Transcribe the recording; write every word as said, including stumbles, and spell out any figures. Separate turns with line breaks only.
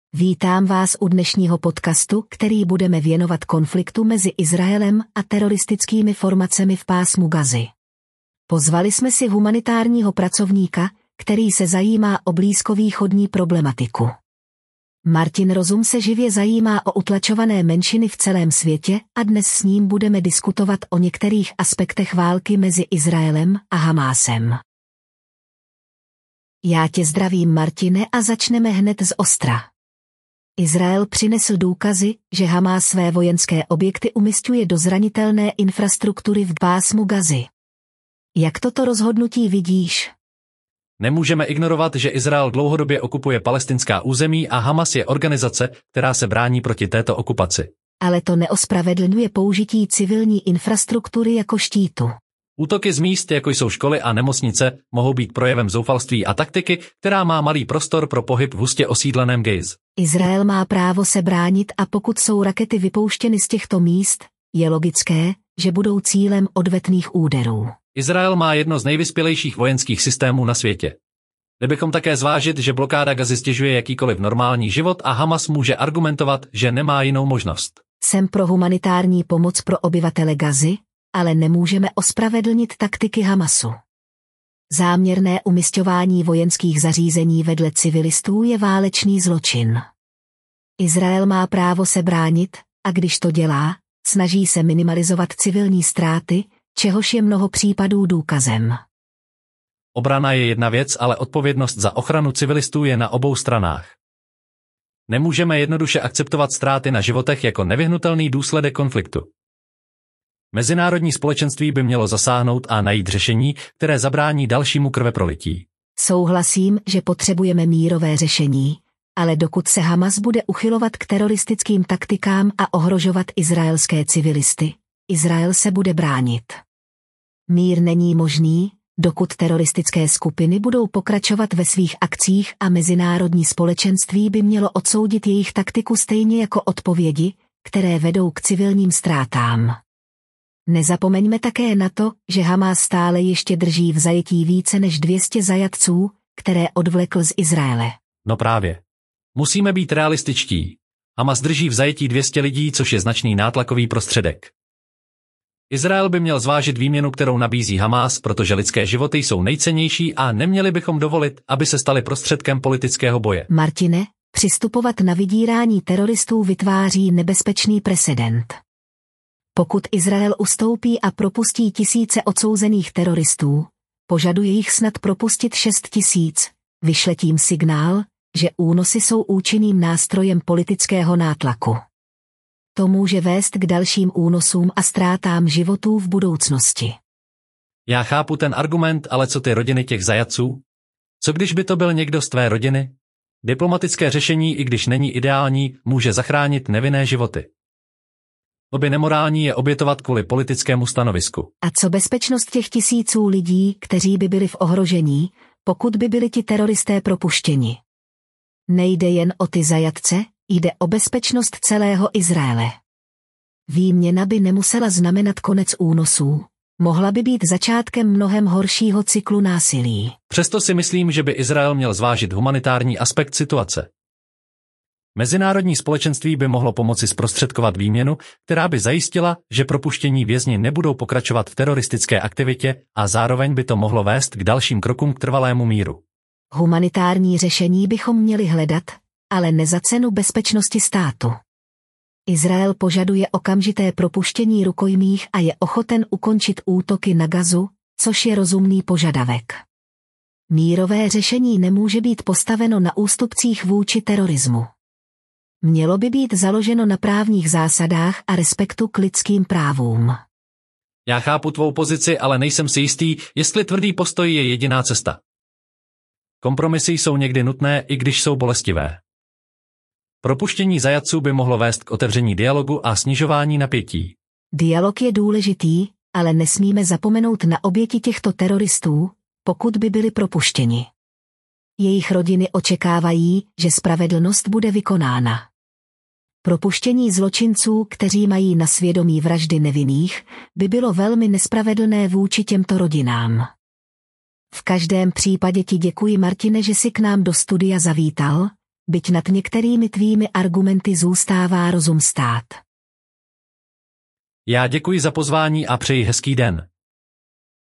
Vítám vás u dnešního podcastu, který budeme věnovat konfliktu mezi Izraelem a teroristickými formacemi v pásmu Gazy. Pozvali jsme si humanitárního pracovníka, který se zajímá o blízkovýchodní problematiku. Martin Rozum se živě zajímá o utlačované menšiny v celém světě a dnes s ním budeme diskutovat o některých aspektech války mezi Izraelem a Hamásem. Já tě zdravím, Martine, a začneme hned z ostra. Izrael přinesl důkazy, že Hamás své vojenské objekty umisťuje do zranitelné infrastruktury v pásmu Gazy. Jak toto rozhodnutí vidíš?
Nemůžeme ignorovat, že Izrael dlouhodobě okupuje palestinská území a Hamas je organizace, která se brání proti této okupaci.
Ale to neospravedlňuje použití civilní infrastruktury jako štítu.
Útoky z míst, jako jsou školy a nemocnice, mohou být projevem zoufalství a taktiky, která má malý prostor pro pohyb v hustě osídleném Gaze.
Izrael má právo se bránit a pokud jsou rakety vypouštěny z těchto míst, je logické, že budou cílem odvetných úderů.
Izrael má jedno z nejvyspělejších vojenských systémů na světě. Kdybychom také zvážit, že blokáda Gazy stěžuje jakýkoliv normální život a Hamas může argumentovat, že nemá jinou možnost.
Jsem pro humanitární pomoc pro obyvatele Gazy, ale nemůžeme ospravedlnit taktiky Hamasu. Záměrné umisťování vojenských zařízení vedle civilistů je válečný zločin. Izrael má právo se bránit, a když to dělá, snaží se minimalizovat civilní ztráty, čehož je mnoho případů důkazem.
Obrana je jedna věc, ale odpovědnost za ochranu civilistů je na obou stranách. Nemůžeme jednoduše akceptovat ztráty na životech jako nevyhnutelný důsledek konfliktu. Mezinárodní společenství by mělo zasáhnout a najít řešení, které zabrání dalšímu krveprolití.
Souhlasím, že potřebujeme mírové řešení, ale dokud se Hamas bude uchylovat k teroristickým taktikám a ohrožovat izraelské civilisty, Izrael se bude bránit. Mír není možný, dokud teroristické skupiny budou pokračovat ve svých akcích a mezinárodní společenství by mělo odsoudit jejich taktiku stejně jako odpovědi, které vedou k civilním ztrátám. Nezapomeňme také na to, že Hamás stále ještě drží v zajetí více než dvě stě zajatců, které odvlekl z Izraele.
No právě. Musíme být realističtí. Hamas drží v zajetí dvě stě lidí, což je značný nátlakový prostředek. Izrael by měl zvážit výměnu, kterou nabízí Hamás, protože lidské životy jsou nejcennější a neměli bychom dovolit, aby se staly prostředkem politického boje.
Martine, přistupovat na vydírání teroristů vytváří nebezpečný precedent. Pokud Izrael ustoupí a propustí tisíce odsouzených teroristů, požaduje jich snad propustit šest tisíc, vyšle tím signál, že únosy jsou účinným nástrojem politického nátlaku. To může vést k dalším únosům a ztrátám životů v budoucnosti.
Já chápu ten argument, ale co ty rodiny těch zajatců? Co když by to byl někdo z tvé rodiny? Diplomatické řešení, i když není ideální, může zachránit nevinné životy. By nemorální je obětovat kvůli politickému stanovisku.
A co bezpečnost těch tisíců lidí, kteří by byli v ohrožení, pokud by byli ti teroristé propuštěni? Nejde jen o ty zajatce, jde o bezpečnost celého Izraele. Výměna by nemusela znamenat konec únosů, mohla by být začátkem mnohem horšího cyklu násilí.
Přesto si myslím, že by Izrael měl zvážit humanitární aspekt situace. Mezinárodní společenství by mohlo pomoci zprostředkovat výměnu, která by zajistila, že propuštění vězni nebudou pokračovat v teroristické aktivitě a zároveň by to mohlo vést k dalším krokům k trvalému míru.
Humanitární řešení bychom měli hledat, ale ne za cenu bezpečnosti státu. Izrael požaduje okamžité propuštění rukojmích a je ochoten ukončit útoky na Gazu, což je rozumný požadavek. Mírové řešení nemůže být postaveno na ústupcích vůči terorismu. Mělo by být založeno na právních zásadách a respektu k lidským právům.
Já chápu tvou pozici, ale nejsem si jistý, jestli tvrdý postoj je jediná cesta. Kompromisy jsou někdy nutné, i když jsou bolestivé. Propuštění zajatců by mohlo vést k otevření dialogu a snižování napětí.
Dialog je důležitý, ale nesmíme zapomenout na oběti těchto teroristů, pokud by byli propuštěni. Jejich rodiny očekávají, že spravedlnost bude vykonána. Propuštění zločinců, kteří mají na svědomí vraždy nevinných, by bylo velmi nespravedlné vůči těmto rodinám. V každém případě ti děkuji, Martine, že jsi k nám do studia zavítal, byť nad některými tvými argumenty zůstává rozum stát.
Já děkuji za pozvání a přeji hezký den.